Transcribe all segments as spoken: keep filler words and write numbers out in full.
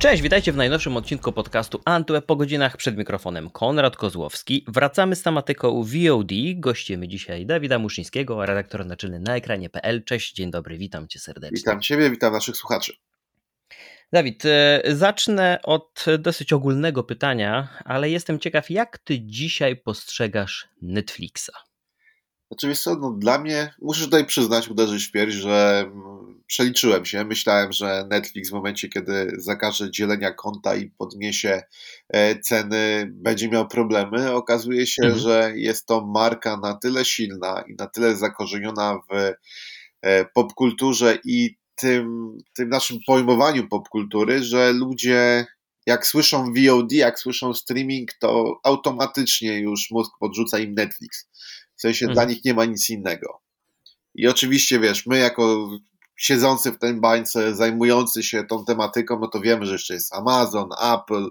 Cześć, witajcie w najnowszym odcinku podcastu Antweb po godzinach. Przed mikrofonem Konrad Kozłowski. Wracamy z tematyką V O D. Gościmy dzisiaj Dawida Muszyńskiego, redaktor naczelny na ekranie kropka p l. Cześć, dzień dobry, witam cię serdecznie. Witam ciebie, witam naszych słuchaczy. Dawid, zacznę od dosyć ogólnego pytania, ale jestem ciekaw, jak ty dzisiaj postrzegasz Netflixa? Oczywiście, no dla mnie, muszę tutaj przyznać, uderzyć w pierś, że przeliczyłem się. Myślałem, że Netflix w momencie, kiedy zakaże dzielenia konta i podniesie ceny, będzie miał problemy. Okazuje się, mhm. że jest to marka na tyle silna i na tyle zakorzeniona w popkulturze i tym, tym naszym pojmowaniu popkultury, że ludzie jak słyszą V O D, jak słyszą streaming, to automatycznie już mózg podrzuca im Netflix. W sensie mhm. dla nich nie ma nic innego. I oczywiście, wiesz, my jako siedzący w tej bańce, zajmujący się tą tematyką, no to wiemy, że jeszcze jest Amazon, Apple,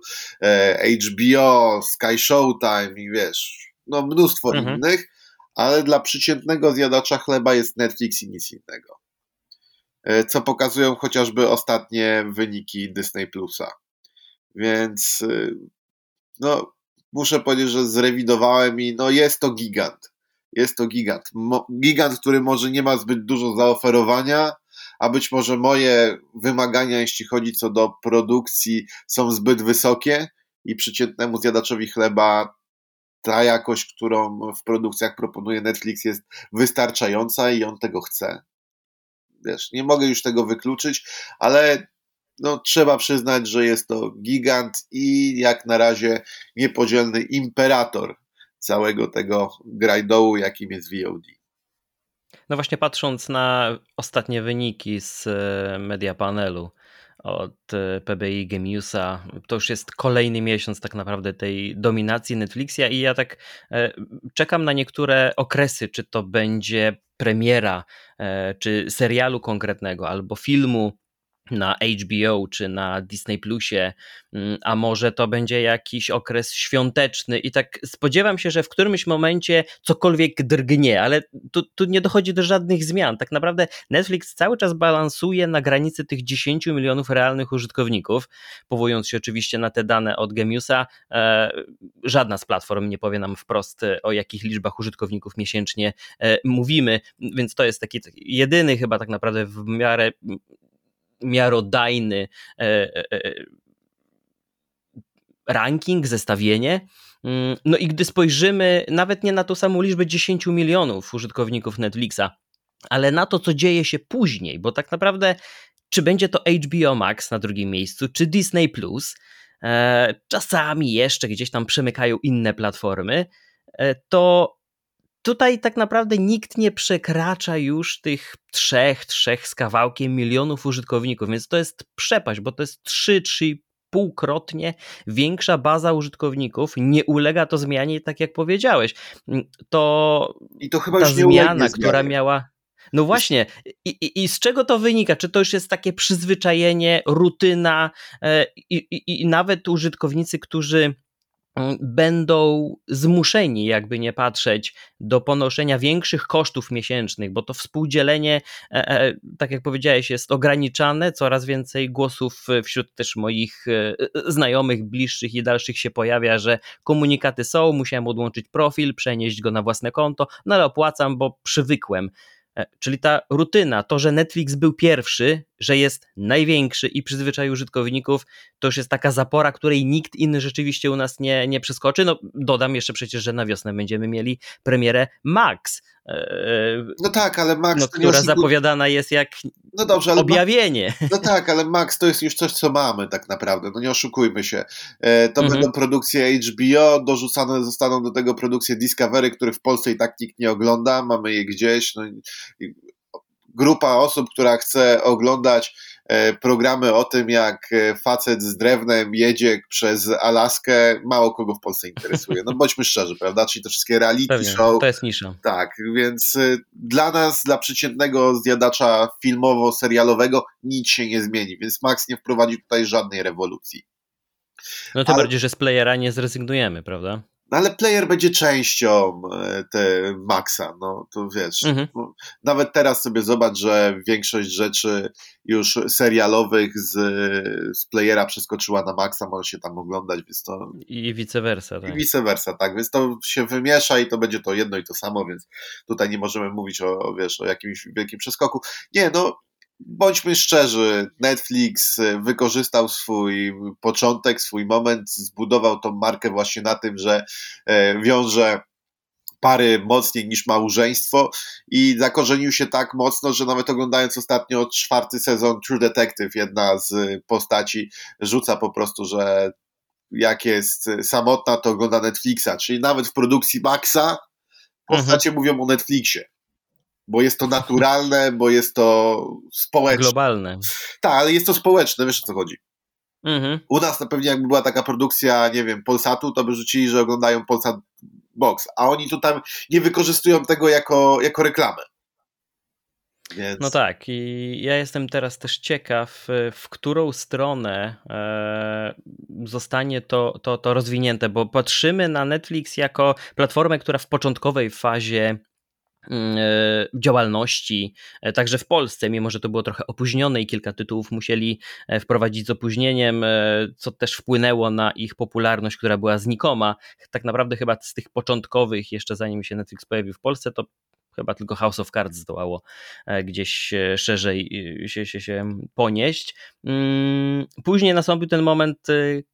H B O, Sky Showtime i wiesz, no mnóstwo mhm. innych, ale dla przeciętnego zjadacza chleba jest Netflix i nic innego. Co pokazują chociażby ostatnie wyniki Disney Plusa. Więc no muszę powiedzieć, że zrewidowałem i no jest to gigant. Jest to gigant. Mo- gigant, który może nie ma zbyt dużo zaoferowania, a być może moje wymagania, jeśli chodzi co do produkcji, są zbyt wysokie i przeciętnemu zjadaczowi chleba ta jakość, którą w produkcjach proponuje Netflix, jest wystarczająca i on tego chce. Wiesz, nie mogę już tego wykluczyć, ale no, trzeba przyznać, że jest to gigant i jak na razie niepodzielny imperator całego tego grajdołu, jakim jest V O D. No właśnie patrząc na ostatnie wyniki z media panelu od P B I Gemiusa, to już jest kolejny miesiąc tak naprawdę tej dominacji Netflixa i ja tak czekam na niektóre okresy, czy to będzie premiera, czy serialu konkretnego, albo filmu na H B O czy na Disney Plusie, a może to będzie jakiś okres świąteczny i tak spodziewam się, że w którymś momencie cokolwiek drgnie, ale tu, tu nie dochodzi do żadnych zmian. Tak naprawdę Netflix cały czas balansuje na granicy tych dziesięć milionów realnych użytkowników, powołując się oczywiście na te dane od Gemiusa. E, żadna z platform nie powie nam wprost, o jakich liczbach użytkowników miesięcznie e, mówimy, więc to jest taki jedyny chyba tak naprawdę w miarę miarodajny e, e, ranking, zestawienie. No i gdy spojrzymy nawet nie na tą samą liczbę dziesięć milionów użytkowników Netflixa, ale na to, co dzieje się później, bo tak naprawdę czy będzie to H B O Max na drugim miejscu, czy Disney Plus, e, czasami jeszcze gdzieś tam przemykają inne platformy, e, to tutaj tak naprawdę nikt nie przekracza już tych trzech, trzech z kawałkiem milionów użytkowników, więc to jest przepaść, bo to jest trzy, trzy i półkrotnie większa baza użytkowników. Nie ulega to zmianie, tak jak powiedziałeś. To, I to chyba ta już nie zmiana, która miała... No właśnie, I, i, i z czego to wynika? Czy to już jest takie przyzwyczajenie, rutyna i, i, i nawet użytkownicy, którzy będą zmuszeni, jakby nie patrzeć, do ponoszenia większych kosztów miesięcznych, bo to współdzielenie, e, e, tak jak powiedziałeś, jest ograniczane, coraz więcej głosów wśród też moich e, znajomych, bliższych i dalszych się pojawia, że komunikaty są, musiałem odłączyć profil, przenieść go na własne konto, no ale opłacam, bo przywykłem. Czyli ta rutyna, to, że Netflix był pierwszy, że jest największy i przyzwyczaił użytkowników, to już jest taka zapora, której nikt inny rzeczywiście u nas nie, nie przeskoczy. No dodam jeszcze przecież, że na wiosnę będziemy mieli premierę Max. No tak, ale Max... No, która oszukuj... zapowiadana jest jak no dobrze, ale objawienie. Ma... No tak, ale Max to jest już coś, co mamy tak naprawdę, no nie oszukujmy się. To mhm. będą produkcje H B O, dorzucane zostaną do tego produkcje Discovery, których w Polsce i tak nikt nie ogląda, mamy je gdzieś. No, grupa osób, która chce oglądać programy o tym, jak facet z drewnem jedzie przez Alaskę, mało kogo w Polsce interesuje. No bądźmy szczerzy, prawda? Czyli te wszystkie reality Pewnie, show. To jest nisza. Tak, więc dla nas, dla przeciętnego zjadacza filmowo-serialowego nic się nie zmieni, więc Max nie wprowadzi tutaj żadnej rewolucji. No tym Ale... bardziej, że z playera nie zrezygnujemy, prawda? No ale Player będzie częścią e, te Maxa, no to wiesz, Mhm. no, nawet teraz sobie zobacz, że większość rzeczy już serialowych z, z Playera przeskoczyła na Maxa, może się tam oglądać, więc to I vice versa, i tak. vice versa, tak, więc to się wymiesza i to będzie to jedno i to samo, więc tutaj nie możemy mówić o, o wiesz, o jakimś wielkim przeskoku. Nie, no bądźmy szczerzy, Netflix wykorzystał swój początek, swój moment, zbudował tą markę właśnie na tym, że e, wiąże pary mocniej niż małżeństwo i zakorzenił się tak mocno, że nawet oglądając ostatnio czwarty sezon True Detective, jedna z postaci rzuca po prostu, że jak jest samotna, to ogląda Netflixa, czyli nawet w produkcji Maxa Mhm. postacie mówią o Netflixie, bo jest to naturalne, bo jest to społeczne. Globalne. Tak, ale jest to społeczne, wiesz o co chodzi. Mhm. U nas na pewnie jakby była taka produkcja, nie wiem, Polsatu, to by rzucili, że oglądają Polsat Box, a oni tu tam nie wykorzystują tego jako, jako reklamę. Więc... No tak, i ja jestem teraz też ciekaw, w którą stronę e, zostanie to, to, to rozwinięte, bo patrzymy na Netflix jako platformę, która w początkowej fazie mm, e, działalności, e, także w Polsce, mimo że to było trochę opóźnione i kilka tytułów musieli e, wprowadzić z opóźnieniem, e, co też wpłynęło na ich popularność, która była znikoma. Tak naprawdę chyba z tych początkowych, jeszcze zanim się Netflix pojawił w Polsce, to chyba tylko House of Cards zdołało e, gdzieś e, szerzej e, się, się, się ponieść. Mm, Później nastąpił ten moment e,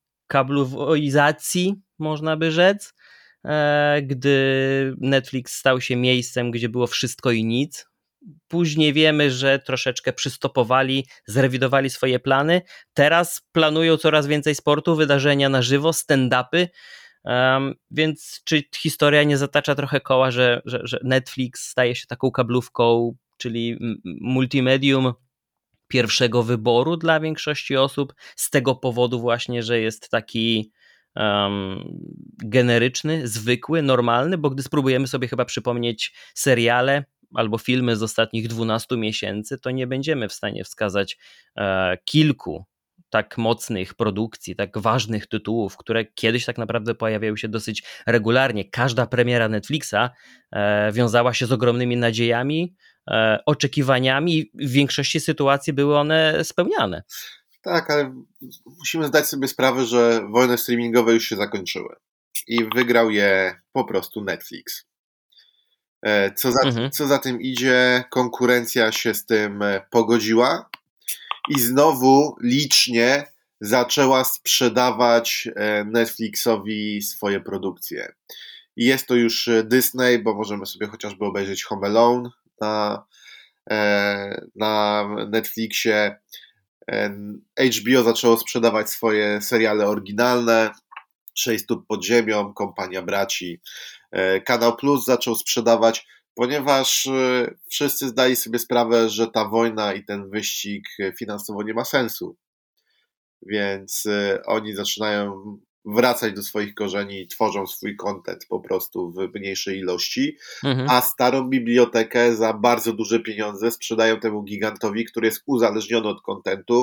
kablowizacji, można by rzec, e, gdy Netflix stał się miejscem, gdzie było wszystko i nic. Później wiemy, że troszeczkę przystopowali, zrewidowali swoje plany. Teraz planują coraz więcej sportu, wydarzenia na żywo, stand-upy. Um, więc czy historia nie zatacza trochę koła, że, że, że Netflix staje się taką kablówką, czyli multimedium pierwszego wyboru dla większości osób, z tego powodu właśnie, że jest taki um, generyczny, zwykły, normalny, bo gdy spróbujemy sobie chyba przypomnieć seriale albo filmy z ostatnich dwunastu miesięcy, to nie będziemy w stanie wskazać e, kilku tak mocnych produkcji, tak ważnych tytułów, które kiedyś tak naprawdę pojawiały się dosyć regularnie. Każda premiera Netflixa e, wiązała się z ogromnymi nadziejami, e, oczekiwaniami i w większości sytuacji były one spełniane. Tak, ale musimy zdać sobie sprawę, że wojny streamingowe już się zakończyły i wygrał je po prostu Netflix. Co za, Mhm. co za tym idzie, konkurencja się z tym pogodziła i znowu licznie zaczęła sprzedawać Netflixowi swoje produkcje. I jest to już Disney, bo możemy sobie chociażby obejrzeć Home Alone na, na Netflixie. H B O zaczęło sprzedawać swoje seriale oryginalne, Sześć stóp pod ziemią, Kompania braci. Kanał Plus zaczął sprzedawać, ponieważ wszyscy zdali sobie sprawę, że ta wojna i ten wyścig finansowo nie ma sensu. Więc oni zaczynają wracać do swoich korzeni i tworzą swój content po prostu w mniejszej ilości, Mhm. a starą bibliotekę za bardzo duże pieniądze sprzedają temu gigantowi, który jest uzależniony od contentu.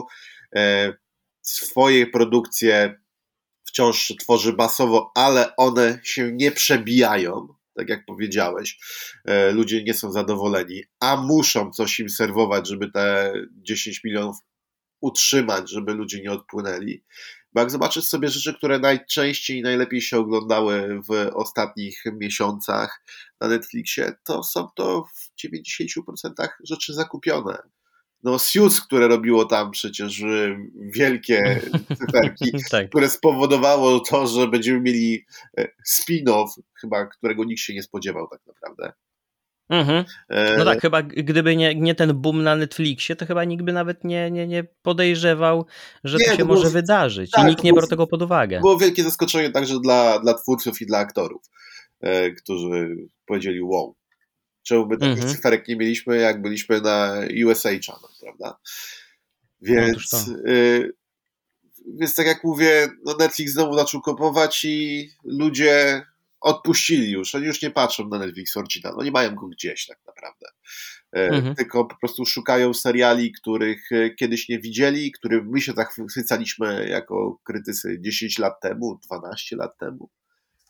Swoje produkcje wciąż tworzy masowo, ale one się nie przebijają, tak jak powiedziałeś. Ludzie nie są zadowoleni, a muszą coś im serwować, żeby te dziesięć milionów utrzymać, żeby ludzie nie odpłynęli. Bo jak zobaczysz sobie rzeczy, które najczęściej i najlepiej się oglądały w ostatnich miesiącach na Netflixie, to są to w dziewięćdziesiąt procent rzeczy zakupione. No Suits, które robiło tam przecież wielkie cyferki, Tak. które spowodowało to, że będziemy mieli spin-off, chyba którego nikt się nie spodziewał tak naprawdę. Mhm. E... No tak, chyba gdyby nie, nie ten boom na Netflixie, to chyba nikt by nawet nie, nie, nie podejrzewał, że nie, to się to było, może wydarzyć tak, i nikt nie było, brał tego pod uwagę. było wielkie zaskoczenie także dla, dla twórców i dla aktorów, e, którzy powiedzieli wow. Czemu by takich Mhm. cyferek nie mieliśmy, jak byliśmy na U S A Channel, prawda? Otóż Więc, to. y, więc tak jak mówię, no Netflix znowu zaczął kupować i ludzie odpuścili już. Oni już nie patrzą na Netflix Original. Oni mają go gdzieś tak naprawdę. Mhm. Tylko po prostu szukają seriali, których kiedyś nie widzieli, których my się zachwycaliśmy jako krytycy dziesięć lat temu, dwanaście lat temu.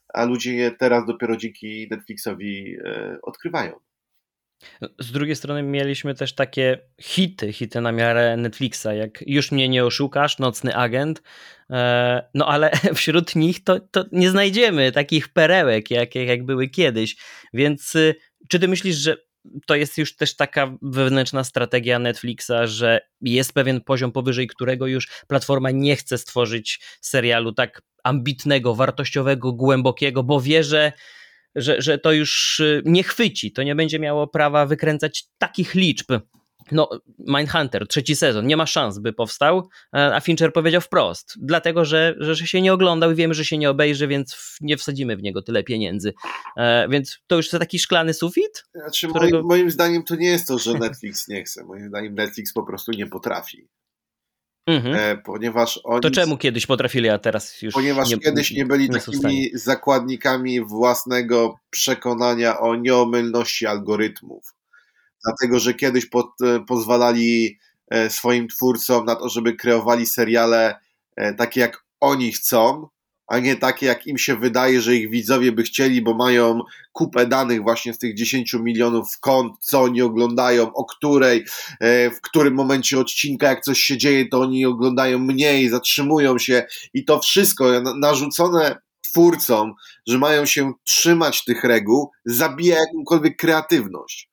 a ludzie je teraz dopiero dzięki Netflixowi e, odkrywają. Z drugiej strony mieliśmy też takie hity, hity na miarę Netflixa, jak Już mnie nie oszukasz, Nocny agent, no ale wśród nich to, to nie znajdziemy takich perełek, jak, jak były kiedyś, więc czy ty myślisz, że to jest już też taka wewnętrzna strategia Netflixa, że jest pewien poziom, powyżej którego już platforma nie chce stworzyć serialu tak ambitnego, wartościowego, głębokiego, bo wie, że Że, że to już nie chwyci, to nie będzie miało prawa wykręcać takich liczb. No, Mindhunter, trzeci sezon, nie ma szans, by powstał, a Fincher powiedział wprost, dlatego, że, że, że się nie oglądał i wiemy, że się nie obejrzy, więc nie wsadzimy w niego tyle pieniędzy. E, więc to już taki szklany sufit? Znaczy, którego... moim, moim zdaniem to nie jest to, że Netflix nie chce. Moim zdaniem Netflix po prostu nie potrafi. Mhm. E, ponieważ oni... To czemu kiedyś potrafili, a teraz już Ponieważ nie, kiedyś nie byli nie takimi zakładnikami własnego przekonania o nieomylności algorytmów. Dlatego, że kiedyś pod, pozwalali swoim twórcom na to, żeby kreowali seriale takie jak oni chcą, a nie takie jak im się wydaje, że ich widzowie by chcieli, bo mają kupę danych właśnie z tych dziesięciu milionów kont, co oni oglądają, o której, w którym momencie odcinka, jak coś się dzieje, to oni oglądają mniej, zatrzymują się i to wszystko narzucone twórcom, że mają się trzymać tych reguł, zabija jakąkolwiek kreatywność.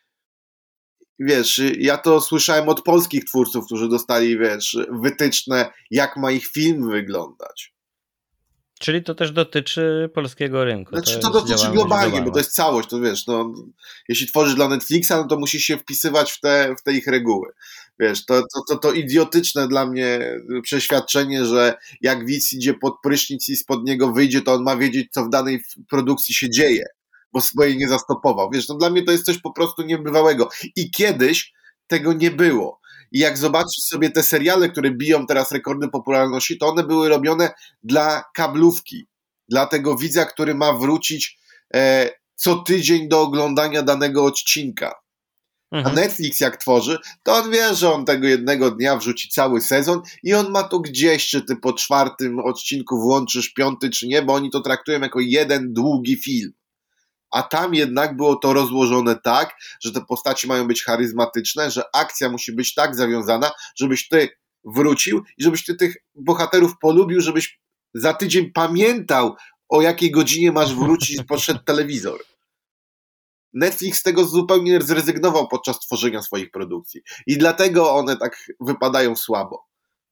Wiesz, ja to słyszałem od polskich twórców, którzy dostali, wiesz, wytyczne, jak ma ich film wyglądać. Czyli to też dotyczy polskiego rynku. Znaczy to, to dotyczy globalnie, bo to jest całość, to wiesz, no, jeśli tworzysz dla Netflixa, no to musisz się wpisywać w te, w te ich reguły. Wiesz, to, to, to, to idiotyczne dla mnie przeświadczenie, że jak widz idzie pod prysznic i spod niego wyjdzie, to on ma wiedzieć, co w danej produkcji się dzieje, bo swojej nie zastopował. Wiesz, no dla mnie to jest coś po prostu niebywałego. I kiedyś tego nie było. I jak zobaczysz sobie te seriale, które biją teraz rekordy popularności, to one były robione dla kablówki, dla tego widza, który ma wrócić e, co tydzień do oglądania danego odcinka. Mhm. A Netflix jak tworzy, to on wie, że on tego jednego dnia wrzuci cały sezon i on ma to gdzieś, czy ty po czwartym odcinku włączysz piąty, czy nie, bo oni to traktują jako jeden długi film. A tam jednak było to rozłożone tak, że te postaci mają być charyzmatyczne, że akcja musi być tak zawiązana, żebyś ty wrócił i żebyś ty tych bohaterów polubił, żebyś za tydzień pamiętał, o jakiej godzinie masz wrócić i podszedł telewizor. Netflix z tego zupełnie zrezygnował podczas tworzenia swoich produkcji. I dlatego one tak wypadają słabo.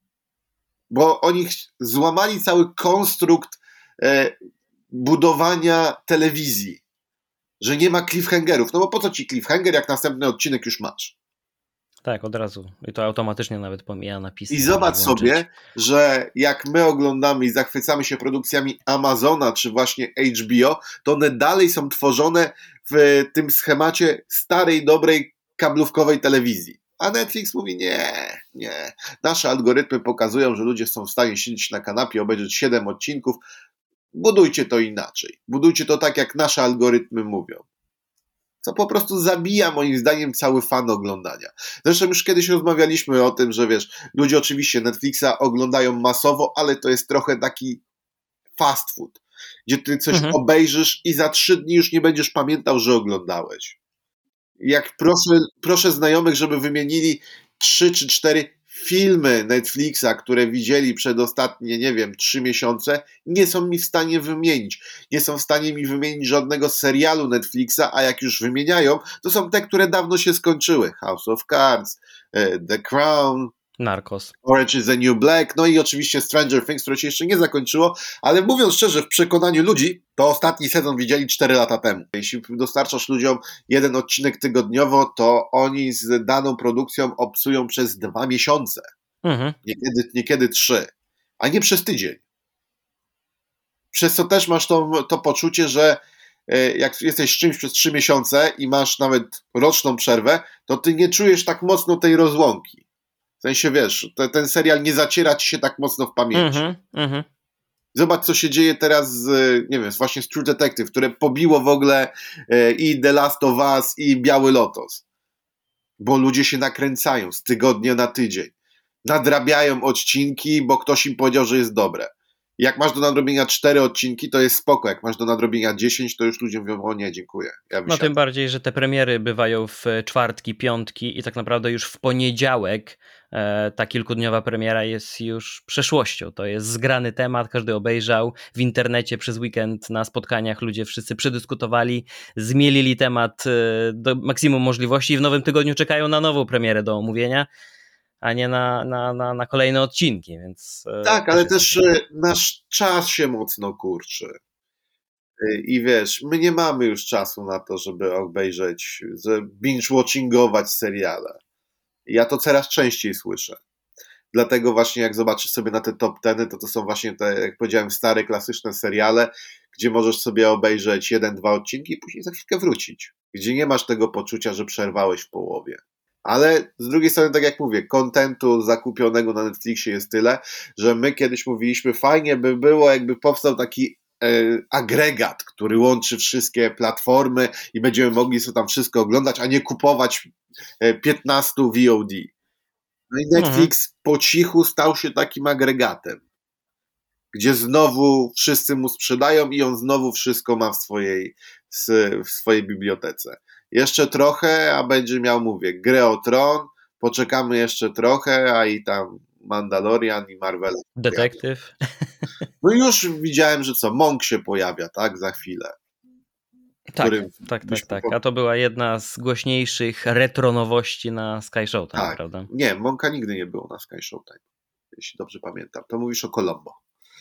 Bo oni złamali cały konstrukt e, budowania telewizji. Że nie ma cliffhangerów. No bo po co ci cliffhanger, jak następny odcinek już masz? Tak, od razu. I to automatycznie nawet pomija napisy. I zobacz sobie, że jak my oglądamy i zachwycamy się produkcjami Amazona czy właśnie H B O, to one dalej są tworzone w tym schemacie starej, dobrej kablówkowej telewizji. A Netflix mówi nie, nie. Nasze algorytmy pokazują, że ludzie są w stanie siedzieć na kanapie, obejrzeć siedem odcinków. Budujcie to inaczej. Budujcie to tak, jak nasze algorytmy mówią. Co po prostu zabija, moim zdaniem, cały fan oglądania. Zresztą już kiedyś rozmawialiśmy o tym, że wiesz, ludzie oczywiście Netflixa oglądają masowo, ale to jest trochę taki fast food, gdzie ty coś mhm. obejrzysz i za trzy dni już nie będziesz pamiętał, że oglądałeś. Jak proszę, proszę znajomych, żeby wymienili trzy czy cztery filmy Netflixa, które widzieli przed ostatnie, nie wiem, trzy miesiące, nie są mi w stanie wymienić. Nie są w stanie mi wymienić żadnego serialu Netflixa, a jak już wymieniają, to są te, które dawno się skończyły. House of Cards, The Crown, Narcos, Orange is the New Black, no i oczywiście Stranger Things, które się jeszcze nie zakończyło, ale mówiąc szczerze, w przekonaniu ludzi, to ostatni sezon widzieli cztery lata temu. Jeśli dostarczasz ludziom jeden odcinek tygodniowo, to oni z daną produkcją obcują przez dwa miesiące. Mhm. Niekiedy, niekiedy trzy, a nie przez tydzień. Przez co też masz to, to poczucie, że jak jesteś z czymś przez trzy miesiące i masz nawet roczną przerwę, to ty nie czujesz tak mocno tej rozłąki. W sensie, wiesz, te, ten serial nie zaciera ci się tak mocno w pamięci. Mm-hmm, mm-hmm. Zobacz, co się dzieje teraz z, nie wiem, właśnie z True Detective, które pobiło w ogóle e, i The Last of Us, i Biały Lotos. Bo ludzie się nakręcają z tygodnia na tydzień. Nadrabiają odcinki, bo ktoś im powiedział, że jest dobre. Jak masz do nadrobienia cztery odcinki, to jest spoko. Jak masz do nadrobienia dziesięć, to już ludzie mówią, o nie, dziękuję. Ja No tym bardziej, że te premiery bywają w czwartki, piątki i tak naprawdę już w poniedziałek e, ta kilkudniowa premiera jest już przeszłością. To jest zgrany temat, każdy obejrzał. W internecie przez weekend na spotkaniach ludzie wszyscy przedyskutowali, zmielili temat e, do maksimum możliwości i w nowym tygodniu czekają na nową premierę do omówienia, a nie na, na, na, na kolejne odcinki. Więc, e, tak, ale jest też takie- e, nasz czas się mocno kurczy. E, I wiesz, my nie mamy już czasu na to, żeby obejrzeć, binge-watchingować seriale. Ja to coraz częściej słyszę. Dlatego właśnie jak zobaczysz sobie na te top teny, to to są właśnie te, jak powiedziałem, stare, klasyczne seriale, gdzie możesz sobie obejrzeć jeden, dwa odcinki i później za chwilkę wrócić. Gdzie nie masz tego poczucia, że przerwałeś w połowie. Ale z drugiej strony, tak jak mówię, kontentu zakupionego na Netflixie jest tyle, że my kiedyś mówiliśmy, fajnie by było, jakby powstał taki e, agregat, który łączy wszystkie platformy i będziemy mogli sobie tam wszystko oglądać, a nie kupować e, piętnaście V O D. No i Netflix mhm. po cichu stał się takim agregatem, gdzie znowu wszyscy mu sprzedają i on znowu wszystko ma w swojej, w swojej bibliotece. Jeszcze trochę, a będzie miał, mówię, grę o Tron, poczekamy jeszcze trochę, a i tam Mandalorian i Marvel. Detektyw. No już widziałem, że co, Monk się pojawia, tak, za chwilę. Tak, tak, tak, tak. A to była jedna z głośniejszych retronowości na Sky Showtime, tak. prawda? Nie, Monka nigdy nie było na Sky Showtime, jeśli dobrze pamiętam. To mówisz o Colombo.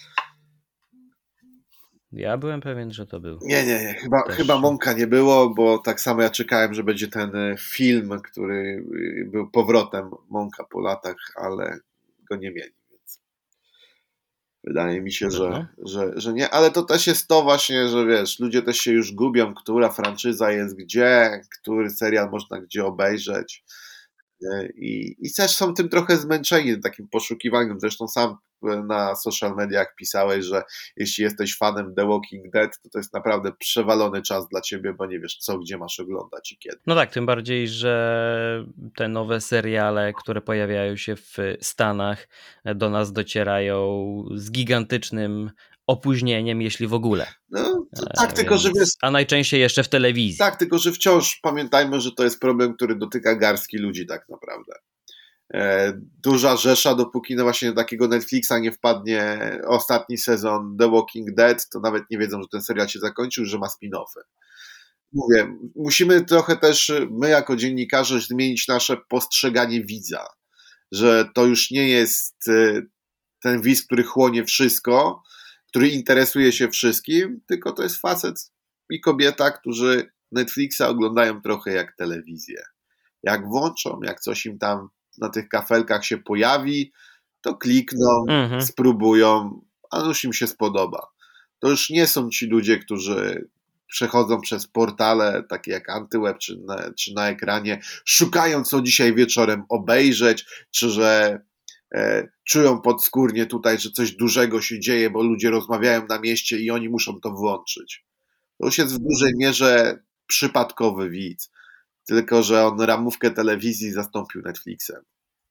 Ja byłem pewien, że to był. Nie, nie, nie. Chyba, chyba Monka nie było, bo tak samo ja czekałem, że będzie ten film, który był powrotem Monka po latach, ale go nie mieli. Więc wydaje mi się, że, że, że nie. Ale to też jest to właśnie, że wiesz, ludzie też się już gubią, która franczyza jest gdzie, który serial można gdzie obejrzeć. I, I też są tym trochę zmęczeni takim poszukiwaniem. Zresztą sam na social mediach pisałeś, że jeśli jesteś fanem The Walking Dead, to to jest naprawdę przewalony czas dla ciebie, bo nie wiesz co, gdzie masz oglądać i kiedy. No tak, tym bardziej, że te nowe seriale, które pojawiają się w Stanach, do nas docierają z gigantycznym opóźnieniem, jeśli w ogóle. No, tak, Więc, tylko że wiesz, a najczęściej jeszcze w telewizji. Tak, tylko że wciąż pamiętajmy, że to jest problem, który dotyka garstki ludzi tak naprawdę. E, duża rzesza, dopóki no właśnie do takiego Netflixa nie wpadnie ostatni sezon The Walking Dead, to nawet nie wiedzą, że ten serial się zakończył, że ma spin-offy. Mówię, musimy trochę też my jako dziennikarze zmienić nasze postrzeganie widza, że to już nie jest ten widz, który chłonie wszystko, który interesuje się wszystkim, tylko to jest facet i kobieta, którzy Netflixa oglądają trochę jak telewizję. Jak włączą, jak coś im tam na tych kafelkach się pojawi, to klikną, mhm. spróbują, a już im się spodoba. To już nie są ci ludzie, którzy przechodzą przez portale takie jak Antyweb czy na, czy na ekranie, szukają co dzisiaj wieczorem obejrzeć, czy że e, czują podskórnie tutaj, że coś dużego się dzieje, bo ludzie rozmawiają na mieście i oni muszą to włączyć. To już jest w dużej mierze przypadkowy widz, tylko że on ramówkę telewizji zastąpił Netflixem.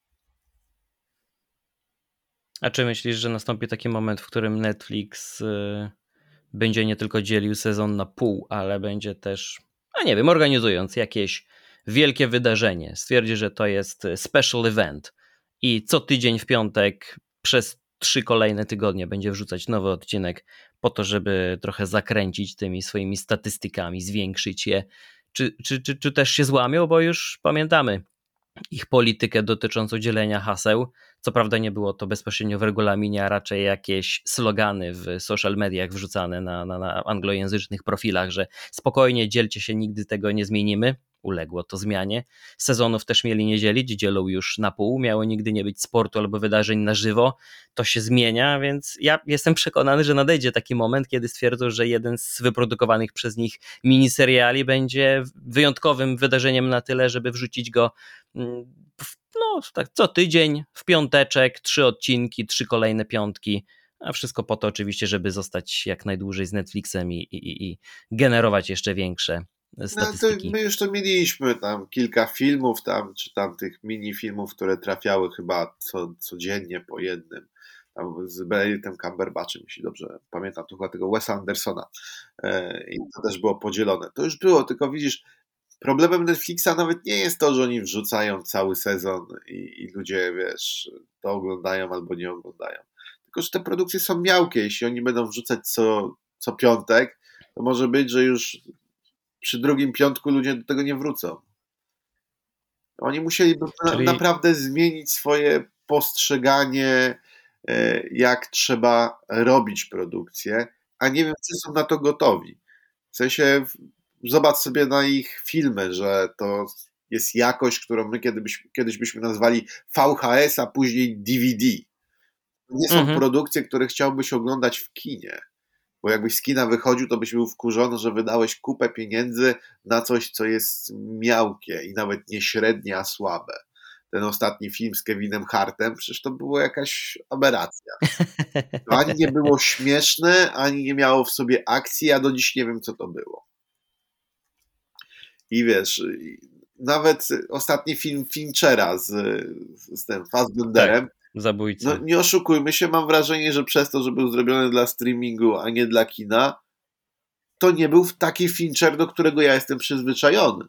A czy myślisz, że nastąpi taki moment, w którym Netflix y, będzie nie tylko dzielił sezon na pół, ale będzie też, a nie wiem, organizując jakieś wielkie wydarzenie, stwierdzi, że to jest special event i co tydzień w piątek przez trzy kolejne tygodnie będzie wrzucać nowy odcinek po to, żeby trochę zakręcić tymi swoimi statystykami, zwiększyć je. Czy, czy, czy, czy też się złamią, bo już pamiętamy ich politykę dotyczącą dzielenia haseł. Co prawda nie było to bezpośrednio w regulaminie, a raczej jakieś slogany w social mediach wrzucane na, na, na anglojęzycznych profilach, że spokojnie dzielcie się, nigdy tego nie zmienimy. Uległo to zmianie. Sezonów też mieli nie dzielić, dzielą już na pół. Miało nigdy nie być sportu albo wydarzeń na żywo. To się zmienia, więc ja jestem przekonany, że nadejdzie taki moment, kiedy stwierdzą, że jeden z wyprodukowanych przez nich miniseriali będzie wyjątkowym wydarzeniem na tyle, żeby wrzucić go w, no tak co tydzień, w piąteczek, trzy odcinki, trzy kolejne piątki, a wszystko po to oczywiście, żeby zostać jak najdłużej z Netflixem i, i, i generować jeszcze większe statystyki. No to my już to mieliśmy tam kilka filmów tam, czy tam tych mini filmów, które trafiały chyba co, codziennie po jednym. tam z Benedictem Cumberbatchem, jeśli dobrze pamiętam, to chyba tego Wesa Andersona i to też było podzielone. To już było, tylko widzisz, problemem Netflixa nawet nie jest to, że oni wrzucają cały sezon i, i ludzie, wiesz, to oglądają albo nie oglądają. Tylko, że te produkcje są miałkie. Jeśli oni będą wrzucać co, co piątek, to może być, że już przy drugim piątku ludzie do tego nie wrócą. Oni musieliby Czyli... na, naprawdę zmienić swoje postrzeganie, jak trzeba robić produkcję, a nie wiem, czy są na to gotowi. W sensie zobacz sobie na ich filmy, że to jest jakość, którą my kiedyś, kiedyś byśmy nazwali V H S, a później D V D. To nie są mhm. produkcje, które chciałbyś oglądać w kinie. Bo jakbyś z kina wychodził, to byś był wkurzony, że wydałeś kupę pieniędzy na coś, co jest miałkie i nawet nie średnie, a słabe. Ten ostatni film z Kevinem Hartem, przecież to była jakaś aberracja. To ani nie było śmieszne, ani nie miało w sobie akcji, ja do dziś nie wiem, co to było. I wiesz, nawet ostatni film Finchera z, z tym Fassbenderem, tak, Zabójcy. No nie oszukujmy się, mam wrażenie, że przez to, że był zrobiony dla streamingu, a nie dla kina, to nie był taki Fincher, do którego ja jestem przyzwyczajony.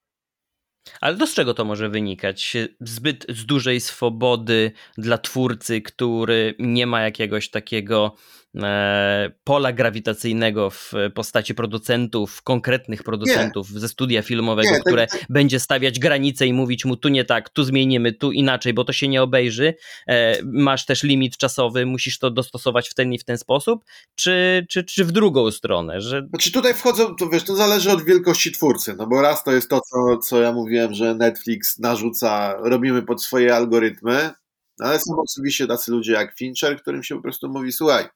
Ale to z czego to może wynikać? Zbyt z dużej swobody dla twórcy, który nie ma jakiegoś takiego e, pola grawitacyjnego w postaci producentów, konkretnych producentów nie. ze studia filmowego, nie, które tak, tak. będzie stawiać granice i mówić mu tu nie tak, tu zmienimy, tu inaczej, bo to się nie obejrzy. E, masz też limit czasowy, musisz to dostosować w ten i w ten sposób, czy, czy, czy w drugą stronę? Że... Znaczy tutaj wchodzą, to wiesz, to zależy od wielkości twórcy, no bo raz to jest to, co, co ja mówiłem, że Netflix narzuca, robimy pod swoje algorytmy, ale są oczywiście tacy ludzie jak Fincher, którym się po prostu mówi, słuchaj,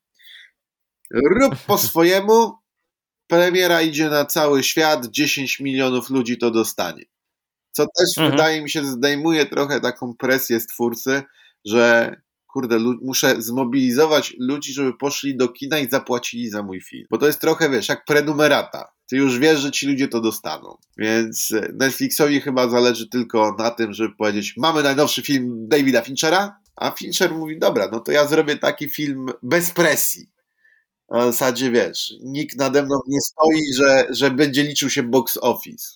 rób po swojemu, premiera idzie na cały świat, dziesięć milionów ludzi to dostanie. Co też mhm. wydaje mi się zdejmuje trochę taką presję z twórcy, że kurde, muszę zmobilizować ludzi, żeby poszli do kina i zapłacili za mój film. Bo to jest trochę, wiesz, jak prenumerata. Ty już wiesz, że ci ludzie to dostaną. Więc Netflixowi chyba zależy tylko na tym, żeby powiedzieć, mamy najnowszy film Davida Finchera, a Fincher mówi, dobra, no to ja zrobię taki film bez presji. W zasadzie, wiesz, nikt nade mną nie stoi, że, że będzie liczył się box office.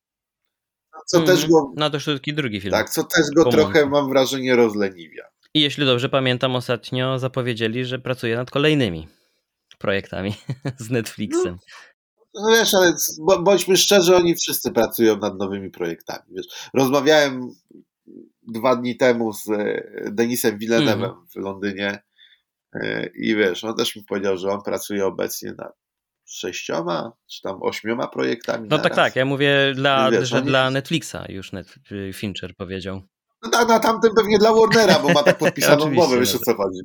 Co mm, też go... No to już taki drugi film. Tak, co też go Pomążę. trochę, mam wrażenie, rozleniwia. I jeśli dobrze pamiętam, ostatnio zapowiedzieli, że pracuje nad kolejnymi projektami z Netflixem. No, no wiesz, ale bądźmy szczerzy, oni wszyscy pracują nad nowymi projektami. Wiesz, rozmawiałem dwa dni temu z Denisem Villeneuve'em mm. w Londynie i wiesz, on też mi powiedział, że on pracuje obecnie nad sześcioma, czy tam ośmioma projektami. No naraz. tak, tak, ja mówię, dla, wiesz, że oni... dla Netflixa już Net... Fincher powiedział. No na, na tamtym pewnie dla Warnera, bo ma tak podpisaną umowę, wiesz o co chodzi.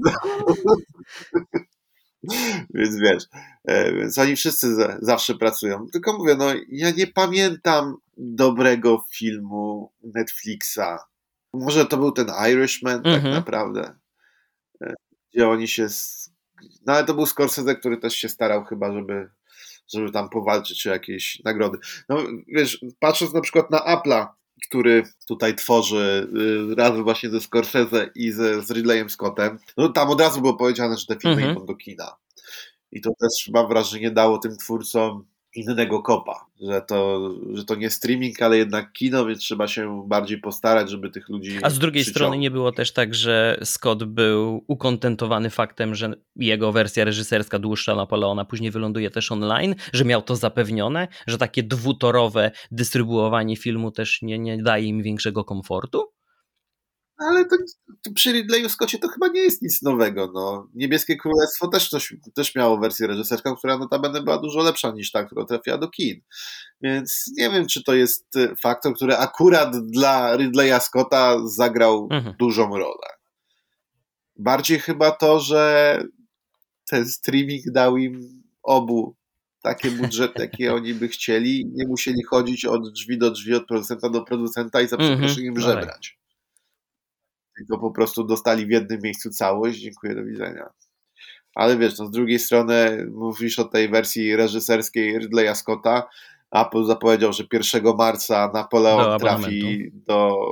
Więc wiesz, więc oni wszyscy za, zawsze pracują. Tylko mówię, no ja nie pamiętam dobrego filmu Netflixa. Może to był ten Irishman mm-hmm. tak naprawdę, gdzie oni się... No ale to był Scorsese, który też się starał chyba, żeby, żeby tam powalczyć o jakieś nagrody. No wiesz, patrząc na przykład na Apple'a, który tutaj tworzy y, razem właśnie ze Scorsese i ze, z Ridleyem Scottem, no tam od razu było powiedziane, że te filmy mm-hmm. idą do kina. I to też mam wrażenie dało tym twórcom innego kopa, że to, że to nie streaming, ale jednak kino, więc trzeba się bardziej postarać, żeby tych ludzi A z drugiej przyciągnąć. strony nie było też tak, że Scott był ukontentowany faktem, że jego wersja reżyserska dłuższa Napoleona później wyląduje też online, że miał to zapewnione, że takie dwutorowe dystrybuowanie filmu też nie, nie daje im większego komfortu? Ale to, to przy Ridleyu Scotcie to chyba nie jest nic nowego. No. Niebieskie Królestwo też, coś, też miało wersję reżyserską, która notabene była dużo lepsza niż ta, która trafiła do kin. Więc nie wiem, czy to jest faktor, który akurat dla Ridleya Scotta zagrał mhm. dużą rolę. Bardziej chyba to, że ten streaming dał im obu takie budżety, jakie oni by chcieli. Nie musieli chodzić od drzwi do drzwi, od producenta do producenta i za przeproszeniem mhm. żebrać. Tylko po prostu dostali w jednym miejscu całość, dziękuję, do widzenia. Ale wiesz, no z drugiej strony mówisz o tej wersji reżyserskiej Ridleya Scotta, Apple zapowiedział, że pierwszego marca Napoleon do trafi do,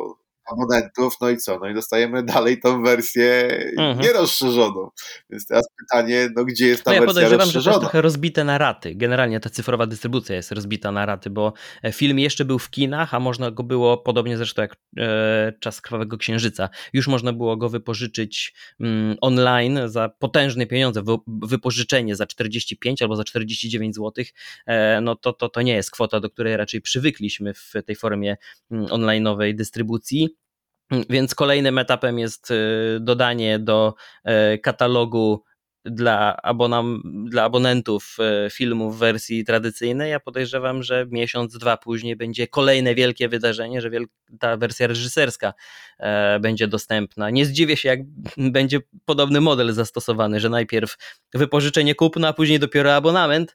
abonentów, no i co? No i dostajemy dalej tą wersję mhm. nierozszerzoną. Więc teraz pytanie, no gdzie jest ta no ja wersja podejrzewam, rozszerzona? że to jest trochę rozbite na raty. Generalnie ta cyfrowa dystrybucja jest rozbita na raty, bo film jeszcze był w kinach, a można go było, podobnie zresztą jak e, Czas Krwawego Księżyca, już można było go wypożyczyć mm, online za potężne pieniądze, wy, wypożyczenie za czterdzieści pięć albo za czterdzieści dziewięć złotych, e, no to, to, to nie jest kwota, do której raczej przywykliśmy w tej formie mm, online'owej dystrybucji. Więc kolejnym etapem jest dodanie do katalogu dla, abonam, dla abonentów filmów w wersji tradycyjnej. Ja podejrzewam, że miesiąc, dwa później będzie kolejne wielkie wydarzenie, że wiel- ta wersja reżyserska e, będzie dostępna. Nie zdziwię się, jak będzie podobny model zastosowany, że najpierw wypożyczenie kupno, a później dopiero abonament.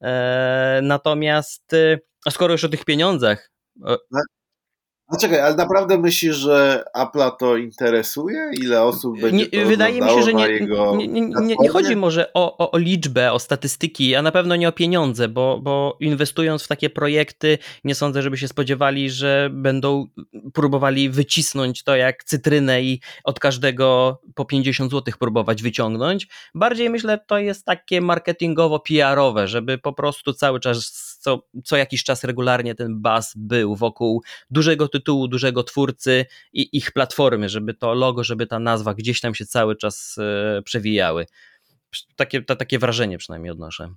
E, natomiast a skoro już o tych pieniądzach... O, No czekaj, ale naprawdę myślisz, że Apple'a to interesuje? Ile osób będzie to nie, wydaje mi się, że nie, jego nie, nie, nie, nie chodzi może o, o, o liczbę, o statystyki, a na pewno nie o pieniądze, bo, bo inwestując w takie projekty nie sądzę, żeby się spodziewali, że będą próbowali wycisnąć to jak cytrynę i od każdego po pięćdziesiąt złotych próbować wyciągnąć. Bardziej myślę, to jest takie marketingowo-P R-owe, żeby po prostu cały czas Co, co jakiś czas regularnie ten buzz był wokół dużego tytułu, dużego twórcy i ich platformy, żeby to logo, żeby ta nazwa gdzieś tam się cały czas e, przewijały. Takie, to, takie wrażenie przynajmniej odnoszę.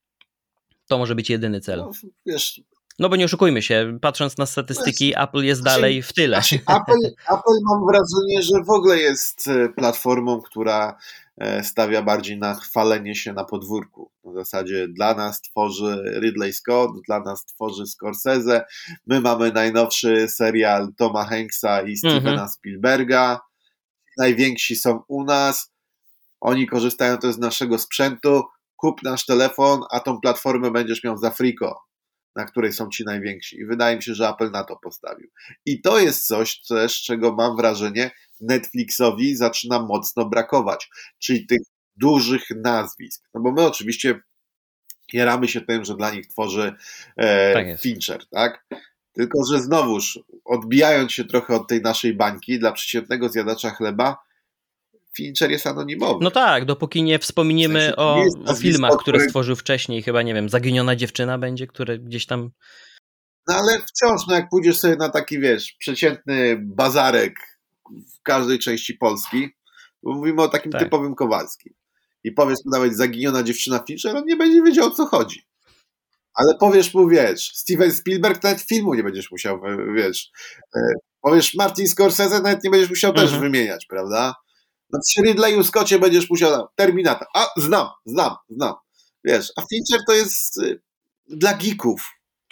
To może być jedyny cel. No, wiesz, no bo nie oszukujmy się, patrząc na statystyki, wiesz, Apple jest znaczy, dalej w tyle. Znaczy Apple, Apple mam wrażenie, że w ogóle jest platformą, która stawia bardziej na chwalenie się na podwórku. W zasadzie dla nas tworzy Ridley Scott, dla nas tworzy Scorsese, my mamy najnowszy serial Toma Hanksa i Stevena mm-hmm. Spielberga, najwięksi są u nas, oni korzystają też z naszego sprzętu, kup nasz telefon, a tą platformę będziesz miał za friko, na której są ci najwięksi. I wydaje mi się, że Apple na to postawił. I to jest coś też, czego mam wrażenie, Netflixowi zaczyna mocno brakować, czyli tych dużych nazwisk. No bo my oczywiście jaramy się tym, że dla nich tworzy e, tak Fincher, tak? Tylko, że znowuż, odbijając się trochę od tej naszej bańki, dla przeciętnego zjadacza chleba, Fincher jest anonimowy. No tak, dopóki nie wspomnimy w sensie, o, nie o filmach, które który... stworzył wcześniej, chyba nie wiem, Zaginiona dziewczyna będzie, które gdzieś tam... No ale wciąż, no jak pójdziesz sobie na taki, wiesz, przeciętny bazarek w każdej części Polski, bo mówimy o takim tak. typowym Kowalskim, i powiesz mu nawet Zaginiona dziewczyna Fincher, on nie będzie wiedział, o co chodzi. Ale powiesz mu, wiesz, Steven Spielberg, nawet filmu nie będziesz musiał, wiesz, powiesz Martin Scorsese, nawet nie będziesz musiał mhm. też wymieniać, prawda? No przy Ridleyu Scotcie będziesz musiał Terminator. A, znam, znam, znam. Wiesz, a Fincher to jest dla geeków.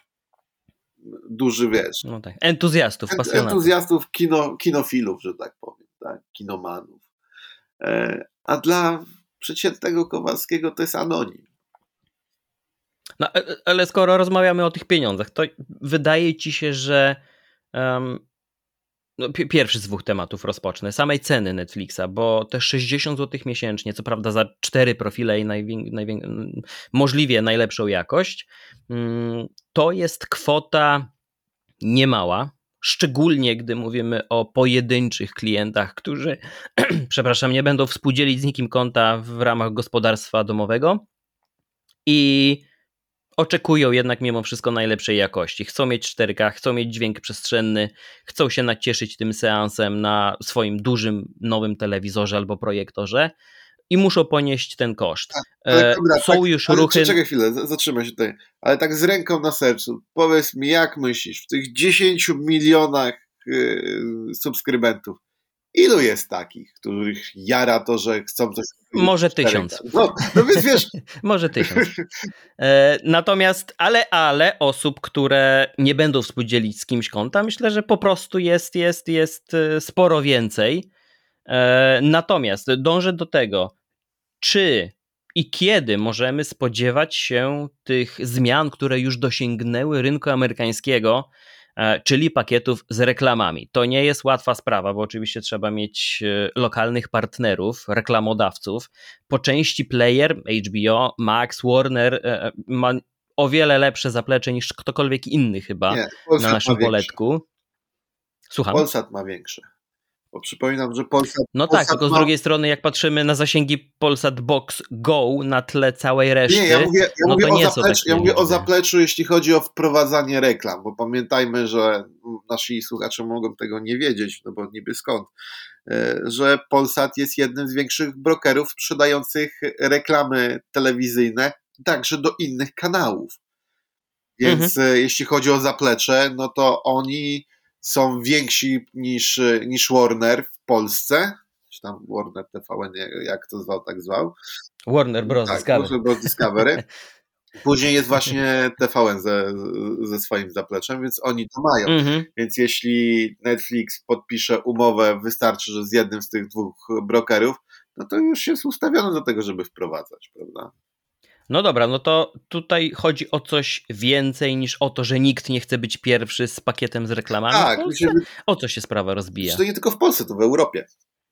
Duży, wiesz. No tak. Entuzjastów, Ent, pasjonatów. Entuzjastów, kino, kinofilów, że tak powiem, tak? Kinomanów. E, a dla przeciętnego Kowalskiego to jest anonim. No, ale skoro rozmawiamy o tych pieniądzach, to wydaje ci się, że um, no, p- pierwszy z dwóch tematów rozpocznę, samej ceny Netflixa, bo te sześćdziesiąt złotych miesięcznie, co prawda za cztery profile i najwię- najwię- możliwie najlepszą jakość, um, to jest kwota niemała, szczególnie gdy mówimy o pojedynczych klientach, którzy, przepraszam, nie będą współdzielić z nikim konta w ramach gospodarstwa domowego i oczekują jednak mimo wszystko najlepszej jakości. Chcą mieć cztery K, chcą mieć dźwięk przestrzenny, chcą się nacieszyć tym seansem na swoim dużym, nowym telewizorze albo projektorze i muszą ponieść ten koszt. Ale, dobra, Są tak, już ale ruchy... Czekaj chwilę, zatrzymaj się tutaj. Ale tak z ręką na sercu, powiedz mi, jak myślisz, w tych dziesięciu milionach yy, subskrybentów, ilu jest takich, których jara to, że chcą coś... Może tysiąc. No, no więc wiesz... Może tysiąc. E, natomiast, ale, ale osób, które nie będą współdzielić z kimś konta, myślę, że po prostu jest, jest, jest sporo więcej. E, natomiast dążę do tego, czy i kiedy możemy spodziewać się tych zmian, które już dosięgnęły rynku amerykańskiego, czyli pakietów z reklamami. To nie jest łatwa sprawa, bo oczywiście trzeba mieć lokalnych partnerów, reklamodawców. Po części player, H B O, Max, Warner ma o wiele lepsze zaplecze niż ktokolwiek inny chyba nie, na naszym poletku. Słucham? Polsat ma większe. Bo przypominam, że Polsat No tak, Polsat tylko z ma drugiej strony jak patrzymy na zasięgi Polsat Box Go na tle całej Nie, ja reszty, mówię, ja no mówię to o nie są zapleczu, ja takie mówię o liczby. zapleczu, jeśli chodzi o wprowadzanie reklam, bo pamiętajmy, że nasi słuchacze mogą tego nie wiedzieć, no bo niby skąd, e, że Polsat jest jednym z większych brokerów sprzedających reklamy telewizyjne także do innych kanałów. Więc Mhm. e, jeśli chodzi o zaplecze, no to oni są więksi niż, niż Warner w Polsce, czy tam Warner T V N, jak to zwał, tak zwał. Warner Bros. Tak, Discovery. Warner Bros. Discovery. Później jest właśnie T V N ze, ze swoim zapleczem, więc oni to mają. Mhm. Więc jeśli Netflix podpisze umowę, wystarczy, że z jednym z tych dwóch brokerów, no to już jest ustawiony do tego, żeby wprowadzać, prawda? No dobra, no to tutaj chodzi o coś więcej niż o to, że nikt nie chce być pierwszy z pakietem z reklamami w Tak, myślę, Polsce? że O co się sprawa że rozbija? to nie tylko w Polsce, to w Europie.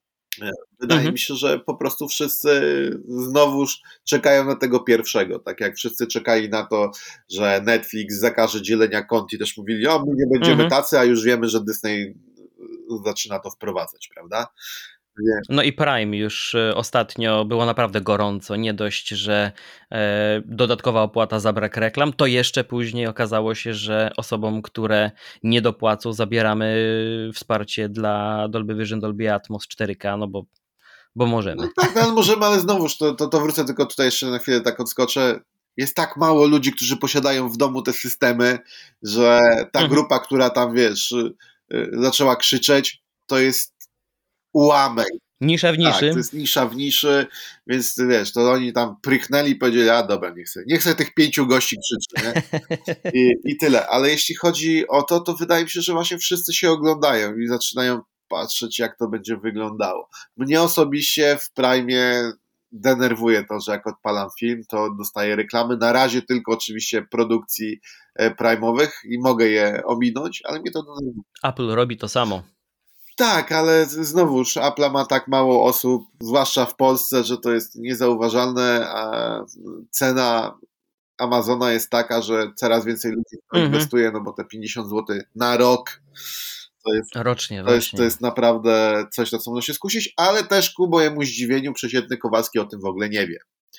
Wydaje Mhm. mi się, że po prostu wszyscy znowuż czekają na tego pierwszego. Tak jak wszyscy czekali na to, że Netflix zakaże dzielenia kont i też mówili, o, my nie będziemy Mhm. tacy, a już wiemy, że Disney zaczyna to wprowadzać, prawda? Nie. No i Prime już e, ostatnio było naprawdę gorąco. Nie dość, że e, dodatkowa opłata za brak reklam, to jeszcze później okazało się, że osobom, które nie dopłacą, zabieramy wsparcie dla Dolby Vision, Dolby Atmos cztery K, no bo, bo możemy. No tak, no, ale możemy, ale znowuż to, to, to wrócę tylko tutaj jeszcze na chwilę tak odskoczę. Jest tak mało ludzi, którzy posiadają w domu te systemy, że ta Mhm. grupa, która tam, wiesz, y, y, zaczęła krzyczeć, to jest ułamek. Nisza w Tak, niszy. to jest nisza w niszy, więc wiesz, to oni tam prychnęli i powiedzieli, a dobra, niech sobie, niech sobie tych pięciu gości krzyczy, nie? I, I tyle. Ale jeśli chodzi o to, to wydaje mi się, że właśnie wszyscy się oglądają i zaczynają patrzeć, jak to będzie wyglądało. Mnie osobiście w Prime denerwuje to, że jak odpalam film, to dostaję reklamy. Na razie tylko oczywiście produkcji e, Prime'owych i mogę je ominąć, ale mnie to denerwuje. Apple robi to samo. Tak, ale znowuż Apple ma tak mało osób, zwłaszcza w Polsce, że to jest niezauważalne, a cena Amazona jest taka, że coraz więcej ludzi w to Mhm. inwestuje, no bo te pięćdziesiąt złotych na rok to jest, Rocznie, to jest, to właśnie. jest naprawdę coś, na co można się skusić, ale też ku mojemu zdziwieniu przeciętny Kowalski o tym w ogóle nie wie,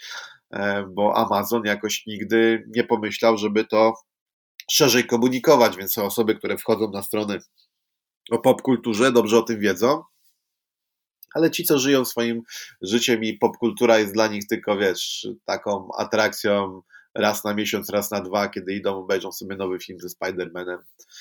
E, bo Amazon jakoś nigdy nie pomyślał, żeby to szerzej komunikować, więc są osoby, które wchodzą na strony o popkulturze, dobrze o tym wiedzą, ale ci, co żyją swoim życiem i popkultura jest dla nich tylko, wiesz, taką atrakcją raz na miesiąc, raz na dwa, kiedy idą, obejrzą sobie nowy film ze Spider-Manem,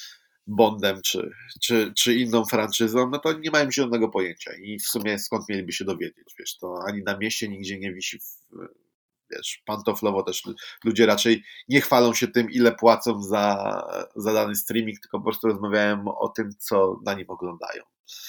Bondem czy, czy, czy inną franczyzą, no to nie mają zielonego pojęcia i w sumie skąd mieliby się dowiedzieć, wiesz, to ani na mieście nigdzie nie wisi, w, wiesz, pantoflowo też ludzie raczej nie chwalą się tym, ile płacą za, za dany streaming, tylko po prostu rozmawiają o tym, co na nim oglądają.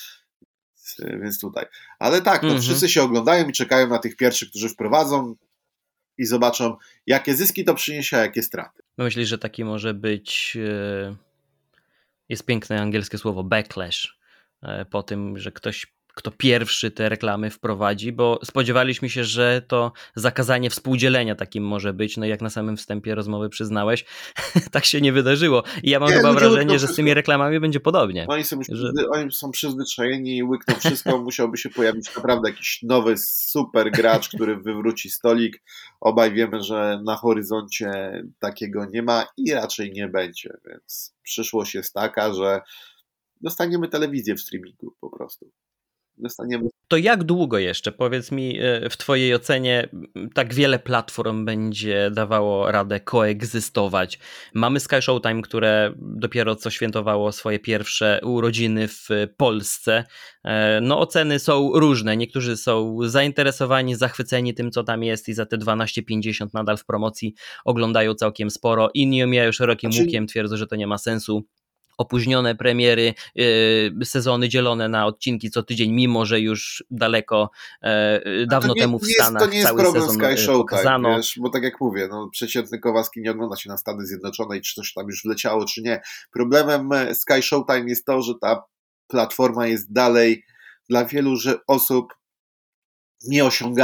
Więc tutaj. Ale tak, no Mhm. wszyscy się oglądają i czekają na tych pierwszych, którzy wprowadzą i zobaczą, jakie zyski to przyniesie, a jakie straty. No myślisz, że taki może być, e, jest piękne angielskie słowo backlash e, po tym, że ktoś, kto pierwszy te reklamy wprowadzi, bo spodziewaliśmy się, że to zakazanie współdzielenia takim może być, no i jak na samym wstępie rozmowy przyznałeś, tak się nie wydarzyło. I ja mam Nie, chyba ludzie wrażenie, łykną że z wszystko. tymi reklamami będzie podobnie. Oni są, już Że... przyzwy- oni są przyzwyczajeni i łykną wszystko. Musiałby się pojawić naprawdę jakiś nowy, super gracz, który wywróci stolik. Obaj wiemy, że na horyzoncie takiego nie ma i raczej nie będzie, więc przyszłość jest taka, że dostaniemy telewizję w streamingu po prostu. Dostaniemy. To jak długo jeszcze, powiedz mi, e, w twojej ocenie m, tak wiele platform będzie dawało radę koegzystować? Mamy Sky Showtime, które dopiero co świętowało swoje pierwsze urodziny w Polsce. E, No oceny są różne, niektórzy są zainteresowani, zachwyceni tym, co tam jest i za te dwanaście pięćdziesiąt nadal w promocji oglądają całkiem sporo, inni omijają szerokim Znaczy, łukiem, twierdzą, że to nie ma sensu. Opóźnione premiery, yy, sezony dzielone na odcinki co tydzień, mimo że już daleko, yy, dawno to nie, temu w nie jest, to Stanach nie jest cały problem sezon Sky yy, Showtime, pokazano. wiesz, bo tak jak mówię, no, przeciętny Kowalski nie ogląda się na Stany Zjednoczone i czy coś tam już wleciało, czy nie. Problemem Sky Showtime jest to, że ta platforma jest dalej dla wielu że osób nieosiągalna.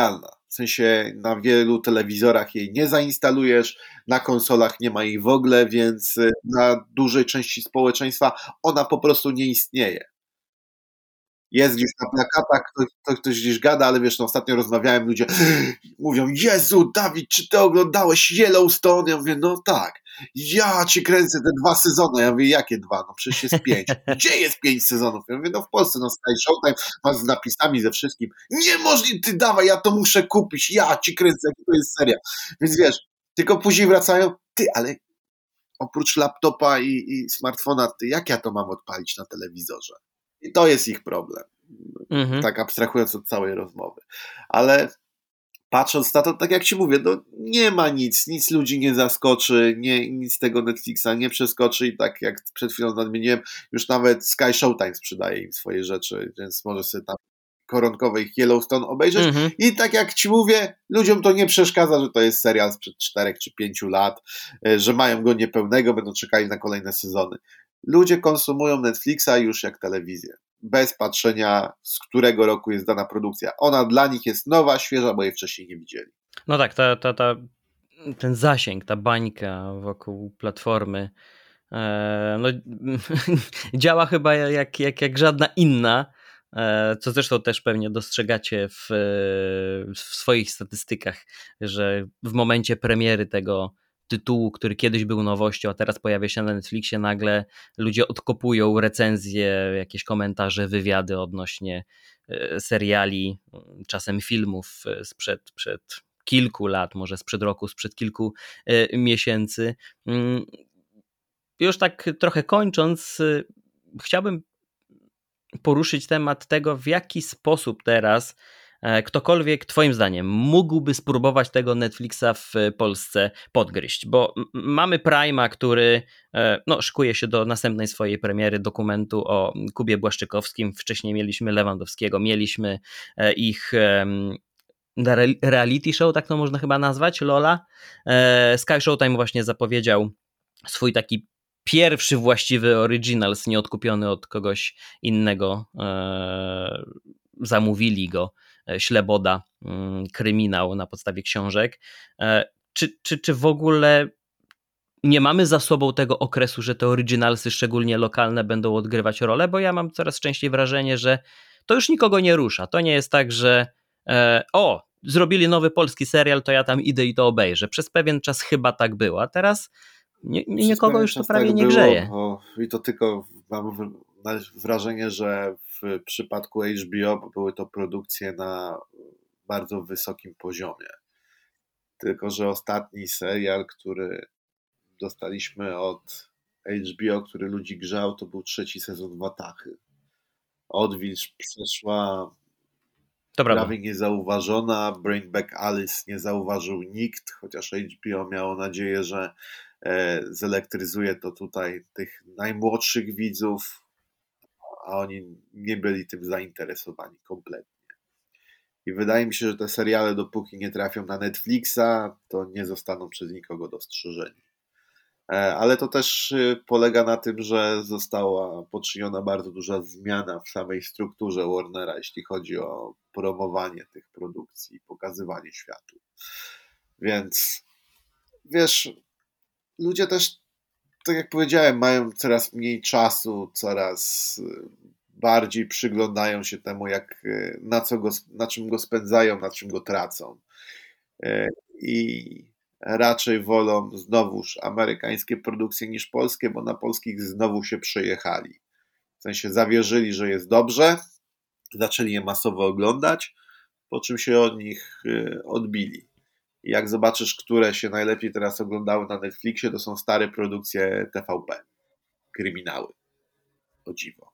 W sensie na wielu telewizorach jej nie zainstalujesz, na konsolach nie ma jej w ogóle, więc na dużej części społeczeństwa ona po prostu nie istnieje. Jest gdzieś na plakatach, ktoś, ktoś, ktoś gdzieś gada, ale wiesz, no ostatnio rozmawiałem, ludzie mówią, Jezu, Dawid, czy ty oglądałeś Yellowstone? Ja mówię, no tak. Ja ci kręcę te dwa sezony. Ja mówię, jakie dwa? No przecież jest pięć. Gdzie jest pięć sezonów? Ja mówię, no w Polsce, no Sky Showtime, was z napisami, ze wszystkim. Niemożliwe, ty dawaj, ja to muszę kupić, ja ci kręcę, jaki to jest serial. Więc wiesz, tylko później wracają, ty, ale oprócz laptopa i, i smartfona, ty, jak ja to mam odpalić na telewizorze? I to jest ich problem. Mhm. Tak abstrahując od całej rozmowy. Ale patrząc na to, tak jak ci mówię, no nie ma nic, nic ludzi nie zaskoczy, nie, nic tego Netflixa nie przeskoczy i tak jak przed chwilą nadmieniłem, już nawet Sky Showtime sprzedaje im swoje rzeczy, więc może sobie tam koronkowej Yellowstone obejrzeć mhm. i tak jak ci mówię, ludziom to nie przeszkadza, że to jest serial sprzed czterech czy pięciu lat, że mają go niepełnego, będą czekali na kolejne sezony. Ludzie konsumują Netflixa już jak telewizję, bez patrzenia, z którego roku jest dana produkcja. Ona dla nich jest nowa, świeża, bo jej wcześniej nie widzieli. No tak, ta, ta, ta, ten zasięg, ta bańka wokół platformy e, no, działa chyba jak, jak, jak żadna inna, e, co zresztą też pewnie dostrzegacie w, w swoich statystykach, że w momencie premiery tego tytułu, który kiedyś był nowością, a teraz pojawia się na Netflixie, nagle ludzie odkopują recenzje, jakieś komentarze, wywiady odnośnie seriali, czasem filmów sprzed przed kilku lat, może sprzed roku, sprzed kilku miesięcy. Już tak trochę kończąc, chciałbym poruszyć temat tego, w jaki sposób teraz ktokolwiek twoim zdaniem mógłby spróbować tego Netflixa w Polsce podgryźć, bo mamy Prime'a, który no, szykuje się do następnej swojej premiery dokumentu o Kubie Błaszczykowskim, wcześniej mieliśmy Lewandowskiego, mieliśmy ich reality show, tak to można chyba nazwać, Lola. Sky Showtime właśnie zapowiedział swój taki pierwszy właściwy originals, nieodkupiony od kogoś innego, zamówili go, Śleboda, kryminał na podstawie książek. Czy, czy, czy w ogóle nie mamy za sobą tego okresu, że te originalsy, szczególnie lokalne, będą odgrywać rolę? Bo ja mam coraz częściej wrażenie, że to już nikogo nie rusza. To nie jest tak, że e, o, zrobili nowy polski serial, to ja tam idę i to obejrzę. Przez pewien czas chyba tak było, a teraz nie, nie, nikogo już to prawie tak nie było, grzeje. O, I to tylko mam wrażenie, że w przypadku H B O były to produkcje na bardzo wysokim poziomie. Tylko że ostatni serial, który dostaliśmy od H B O, który ludzi grzał, to był trzeci sezon Watachy. Odwilż przeszła to prawie prawda. niezauważona, Bring Back Alice nie zauważył nikt, chociaż H B O miało nadzieję, że e, zelektryzuje to tutaj tych najmłodszych widzów, a oni nie byli tym zainteresowani kompletnie. I wydaje mi się, że te seriale, dopóki nie trafią na Netflixa, to nie zostaną przez nikogo dostrzeżeni. Ale to też polega na tym, że została poczyniona bardzo duża zmiana w samej strukturze Warnera, jeśli chodzi o promowanie tych produkcji i pokazywanie światu. Więc wiesz, ludzie też, tak jak powiedziałem, mają coraz mniej czasu, coraz bardziej przyglądają się temu, jak, na, co go, na czym go spędzają, na czym go tracą. I raczej wolą znowuż amerykańskie produkcje niż polskie, bo na polskich znowu się przejechali. W sensie zawierzyli, że jest dobrze, zaczęli je masowo oglądać, po czym się od nich odbili. I jak zobaczysz, które się najlepiej teraz oglądały na Netflixie, to są stare produkcje T V P. Kryminały. O dziwo.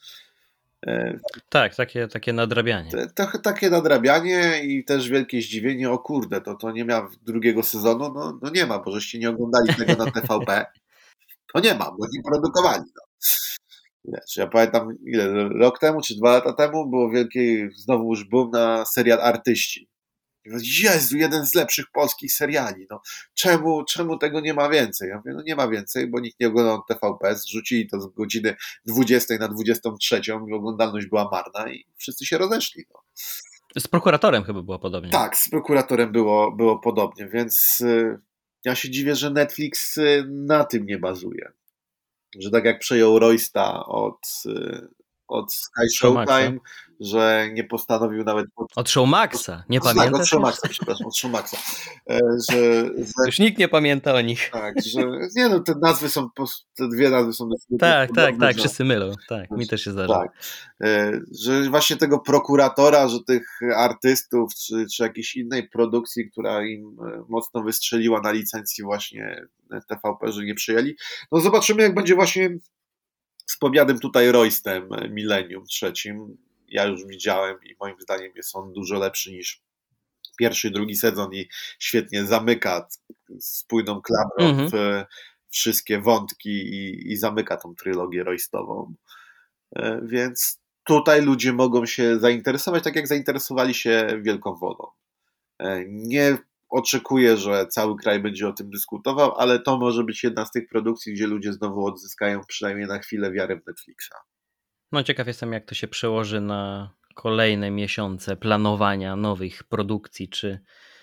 Tak, takie, takie nadrabianie. Trochę takie nadrabianie i też wielkie zdziwienie, o kurde, to, to nie ma drugiego sezonu? No, no nie ma, bo żeście nie oglądali tego na T V P. To nie ma, bo nie produkowali. No. Wiesz, ja pamiętam, ile, rok temu czy dwa lata temu było wielki, znowu już boom na serial Artyści. Jezu, jeden z lepszych polskich seriali. No, czemu, czemu tego nie ma więcej? Ja mówię, no nie ma więcej, bo nikt nie oglądał T V P, zrzucili to z godziny dwudziestej na dwudziestą trzecią i oglądalność była marna i wszyscy się rozeszli. No. Z prokuratorem chyba było podobnie. Tak, z prokuratorem było, było podobnie, więc y, ja się dziwię, że Netflix y, na tym nie bazuje. Że tak jak przejął Roysta od, y, od Sky Showmaxa. Showtime, że nie postanowił nawet... Od Showmaxa, nie tak, pamiętasz? od Showmaxa, przepraszam, od Showmaxa. E, że, że, Już nikt nie pamięta o nich. tak, że nie no, te nazwy są, te dwie nazwy są... Tak, podobne, tak, tak, że, wszyscy mylą. Tak, mi też się zdarza. tak, e, że właśnie tego prokuratora, że tych artystów, czy, czy jakiejś innej produkcji, która im e, mocno wystrzeliła na licencji właśnie T V P, że nie przyjęli. No zobaczymy, jak będzie właśnie z powiadem tutaj Roystem Millennium trzecim. Ja już widziałem i moim zdaniem jest on dużo lepszy niż pierwszy i drugi sezon i świetnie zamyka spójną klamrą Mhm. w wszystkie wątki i, i zamyka tą trylogię Roystową. E, Więc tutaj ludzie mogą się zainteresować, tak jak zainteresowali się Wielką Wodą. E, Nie oczekuję, że cały kraj będzie o tym dyskutował, ale to może być jedna z tych produkcji, gdzie ludzie znowu odzyskają przynajmniej na chwilę wiarę w Netflixa. No ciekaw jestem, jak to się przełoży na kolejne miesiące planowania nowych produkcji, czy,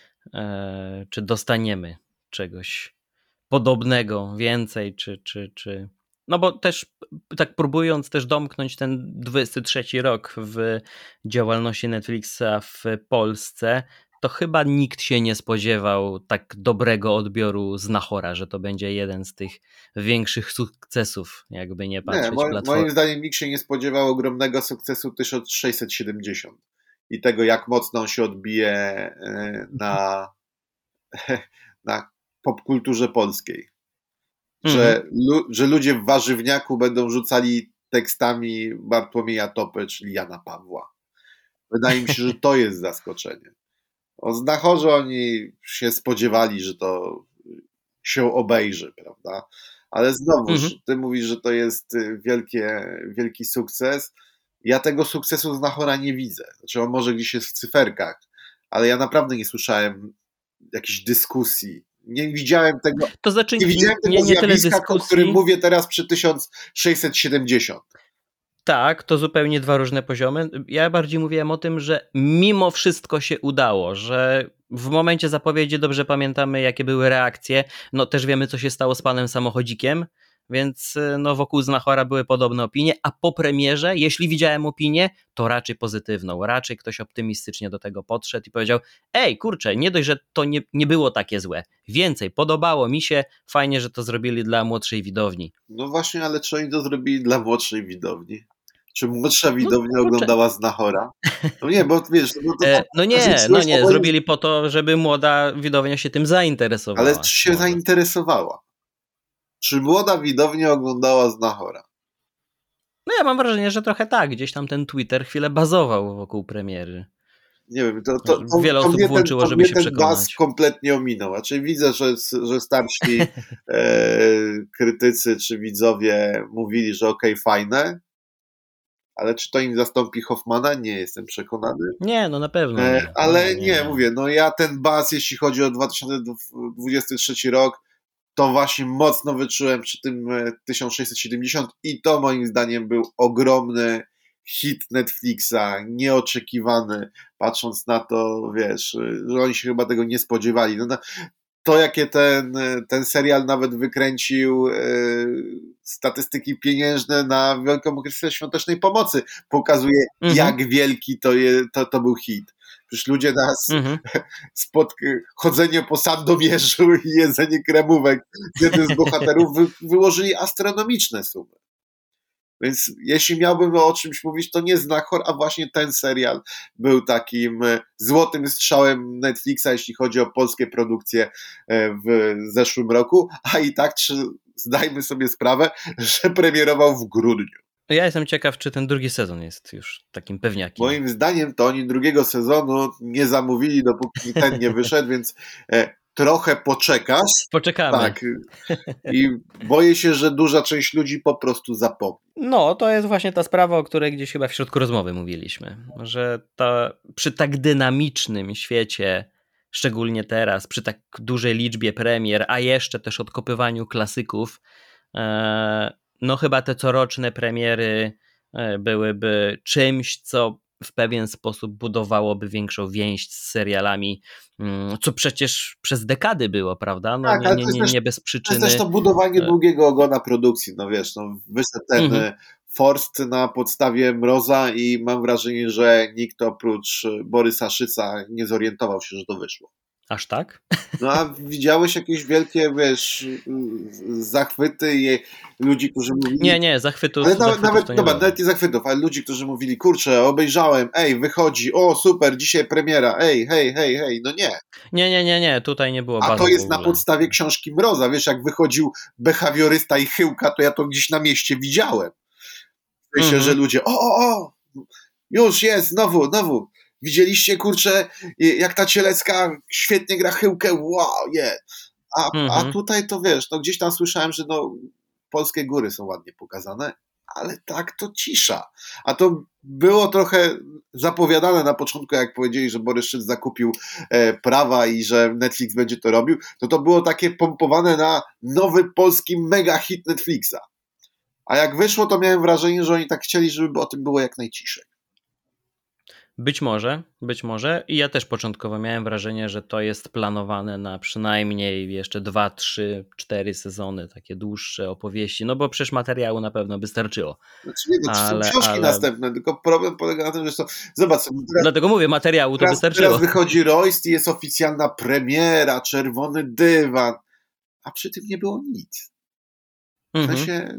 e, czy dostaniemy czegoś podobnego, więcej, czy, czy, czy... No bo też tak próbując też domknąć ten dwudziesty trzeci rok w działalności Netflixa w Polsce, to chyba nikt się nie spodziewał tak dobrego odbioru Znachora, że to będzie jeden z tych większych sukcesów, jakby nie Nie, patrzeć, moim, platform. moim zdaniem nikt się nie spodziewał ogromnego sukcesu tysiąc sześćset siedemdziesiąt i tego, jak mocno on się odbije e, na, na popkulturze polskiej. Że, Mhm. lu, że ludzie w warzywniaku będą rzucali tekstami Bartłomieja Topy, czyli Jana Pawła. Wydaje mi się, że to jest zaskoczenie. O Znachorze oni się spodziewali, że to się obejrzy, prawda? Ale znowuż, Mhm. ty mówisz, że to jest wielkie, wielki sukces. Ja tego sukcesu Znachora nie widzę. Znaczy on może gdzieś jest w cyferkach, ale ja naprawdę nie słyszałem jakiejś dyskusji. Nie widziałem tego, To znaczy nie widziałem tego nie, nie tyle zjawiska, o którym dyskusji. mówię teraz przy tysiąc sześćset siedemdziesiąt. Tak, to zupełnie dwa różne poziomy. Ja bardziej mówiłem o tym, że mimo wszystko się udało, że w momencie zapowiedzi dobrze pamiętamy, jakie były reakcje. No też wiemy, co się stało z panem samochodzikiem, więc no wokół Znachora były podobne opinie, a po premierze, jeśli widziałem opinię, to raczej pozytywną. Raczej ktoś optymistycznie do tego podszedł i powiedział: ej, kurczę, nie dość, że to nie, nie było takie złe. Więcej, podobało mi się, fajnie, że to zrobili dla młodszej widowni. No właśnie, ale czy oni to zrobili dla młodszej widowni? Czy młodsza No, widownia kurczę. oglądała Znachora? No nie, bo wiesz... No, to, E, no nie, życzyłeś no nie, oboje- zrobili po to, żeby młoda widownia się tym zainteresowała. Ale czy się może. zainteresowała? Czy młoda widownia oglądała Znachora? No ja mam wrażenie, że trochę tak, gdzieś tam ten Twitter chwilę bazował wokół premiery. Nie wiem, to, to, to, Wiele to osób mnie ten, włączyło, to żeby mnie się ten przekonać. baz kompletnie ominął. Znaczy widzę, że, że starsi e, krytycy czy widzowie mówili, że okej, fajne, ale czy to im zastąpi Hoffmana? Nie jestem przekonany. Nie, no na pewno E, nie. ale nie, nie, nie, nie. mówię, no ja ten baz, jeśli chodzi o dwa tysiące dwudziesty trzeci rok, to właśnie mocno wyczułem przy tym e, tysiąc sześćset siedemdziesiąt i to moim zdaniem był ogromny hit Netflixa, nieoczekiwany, patrząc na to, wiesz, że oni się chyba tego nie spodziewali. No, to, jakie ten, ten serial nawet wykręcił e, statystyki pieniężne na Wielką Orkiestrę Świątecznej Pomocy, pokazuje, Mhm. jak wielki to, je, to, to był hit. Przecież ludzie nas Mhm. spod, chodzenie po Sandomierzu i jedzenie kremówek z jednym z bohaterów wy, wyłożyli astronomiczne sumy. Więc jeśli miałbym o czymś mówić, to nie Znachor, a właśnie ten serial był takim złotym strzałem Netflixa, jeśli chodzi o polskie produkcje w zeszłym roku, a i tak czy, zdajmy sobie sprawę, że premierował w grudniu. Ja jestem ciekaw, czy ten drugi sezon jest już takim pewniakiem. Moim zdaniem to oni drugiego sezonu nie zamówili, dopóki ten nie wyszedł, więc e, trochę poczekasz. Poczekamy. Tak. I boję się, że duża część ludzi po prostu zapomni. No, to jest właśnie ta sprawa, o której gdzieś chyba w środku rozmowy mówiliśmy, że to przy tak dynamicznym świecie, szczególnie teraz, przy tak dużej liczbie premier, a jeszcze też odkopywaniu klasyków, no chyba te coroczne premiery byłyby czymś, co w pewien sposób budowałoby większą więź z serialami, co przecież przez dekady było, prawda? No Tak, nie, ale nie, to jest nie, też, nie bez to jest też przyczyny. to budowanie długiego ogona produkcji, no wiesz, no wyszedł ten Mhm. mhm. Forst na podstawie Mroza i mam wrażenie, że nikt oprócz Borysa Szyca nie zorientował się, że to wyszło. Aż tak? No a widziałeś jakieś wielkie, wiesz, zachwyty i ludzi, którzy mówili... Nie, nie, zachwytów, ale zachwytów nawet, to nie dobra, było. nawet nie zachwytów, ale ludzi, którzy mówili, kurczę, obejrzałem, ej, wychodzi, o super, dzisiaj premiera, ej, hej, hej, hej, no nie. Nie, nie, nie, nie, tutaj nie było A bazy to jest w na ogóle. podstawie książki Mroza, wiesz, jak wychodził Behawiorysta i Chyłka, to ja to gdzieś na mieście widziałem. Myślę, Mhm. że ludzie, o, o, o, już jest, znowu, znowu. Widzieliście, kurczę, jak ta Cielecka świetnie gra Chyłkę, wow, yeah. A, a Mhm. tutaj to wiesz, no gdzieś tam słyszałem, że no, polskie góry są ładnie pokazane, ale tak to cisza. A to było trochę zapowiadane na początku, jak powiedzieli, że Borys Szyc zakupił e, prawa i że Netflix będzie to robił, to to było takie pompowane na nowy polski mega hit Netflixa. A jak wyszło, to miałem wrażenie, że oni tak chcieli, żeby o tym było jak najciszej. Być może, być może. I ja też początkowo miałem wrażenie, że to jest planowane na przynajmniej jeszcze dwa, trzy, cztery sezony, takie dłuższe opowieści, no bo przecież materiału na pewno by starczyło. Znaczy nie, no, to są Ale, książki ale... następne, tylko problem polega na tym, że to... Zobacz, teraz, Dlatego mówię, materiału to teraz, by starczyło. teraz wychodzi Royst i jest oficjalna premiera, czerwony dywan, a przy tym nie było nic. W Mhm. sensie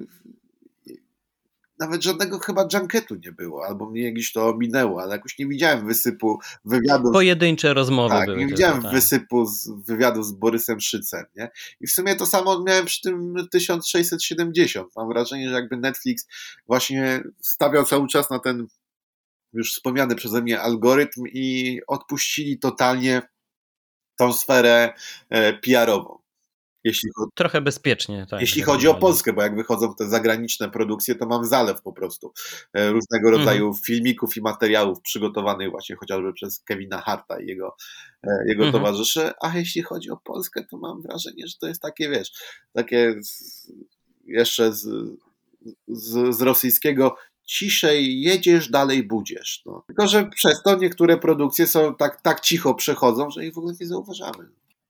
nawet żadnego chyba junketu nie było, albo mnie gdzieś to ominęło, ale jakoś nie widziałem wysypu wywiadów. Pojedyncze rozmowy tak, były nie tylko, widziałem tak. wysypu z wywiadów z Borysem Szycem, nie? I w sumie to samo miałem przy tym tysiąc sześćset siedemdziesiąt. Mam wrażenie, że jakby Netflix właśnie stawiał cały czas na ten już wspomniany przeze mnie algorytm i odpuścili totalnie tą sferę P R-ową. Jeśli chodzi, Trochę bezpiecznie, tak. jeśli chodzi o Polskę, bo jak wychodzą te zagraniczne produkcje, to mam zalew po prostu różnego rodzaju mhm. filmików i materiałów przygotowanych właśnie chociażby przez Kevina Harta i jego, jego mhm. towarzyszy, a jeśli chodzi o Polskę, to mam wrażenie, że to jest takie, wiesz, takie z, jeszcze z, z, z rosyjskiego ciszej jedziesz, dalej budziesz. No. Tylko, że przez to niektóre produkcje są tak, tak cicho przechodzą, że ich w ogóle nie zauważamy.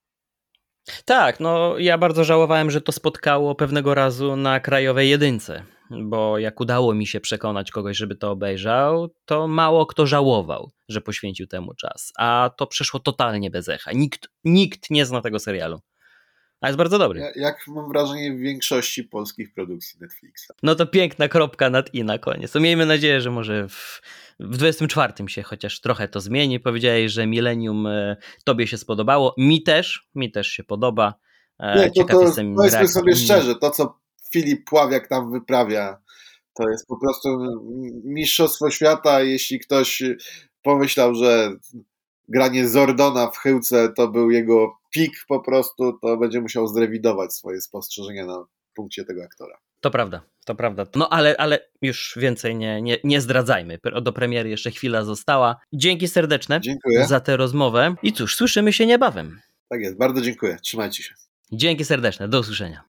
Tak, no ja bardzo żałowałem, że to spotkało pewnego razu na krajowej jedynce, bo jak udało mi się przekonać kogoś, żeby to obejrzał, to mało kto żałował, że poświęcił temu czas, a to przeszło totalnie bez echa. Nikt, nikt nie zna tego serialu, a jest bardzo dobry. Jak, jak mam wrażenie w większości polskich produkcji Netflixa. No to piękna kropka nad i na koniec. To miejmy nadzieję, że może w, w dwudziestym czwartym się chociaż trochę to zmieni. Powiedziałeś, że Millennium e, tobie się spodobało. Mi też, mi też się podoba. E, Nie, to, Ciekaw to jestem powiedzmy reakcji sobie innych. szczerze, to co Filip Pławiak tam wyprawia, to jest po prostu mistrzostwo świata. Jeśli ktoś pomyślał, że granie Zordona w Chyłce to był jego pik po prostu, to będzie musiał zrewidować swoje spostrzeżenia na punkcie tego aktora. To prawda, to prawda. No ale, ale już więcej nie, nie, nie zdradzajmy. Do premiery jeszcze chwila została. Dzięki serdeczne dziękuję za tę rozmowę i cóż, słyszymy się niebawem. Tak jest, bardzo dziękuję. Trzymajcie się. Dzięki serdeczne, do usłyszenia.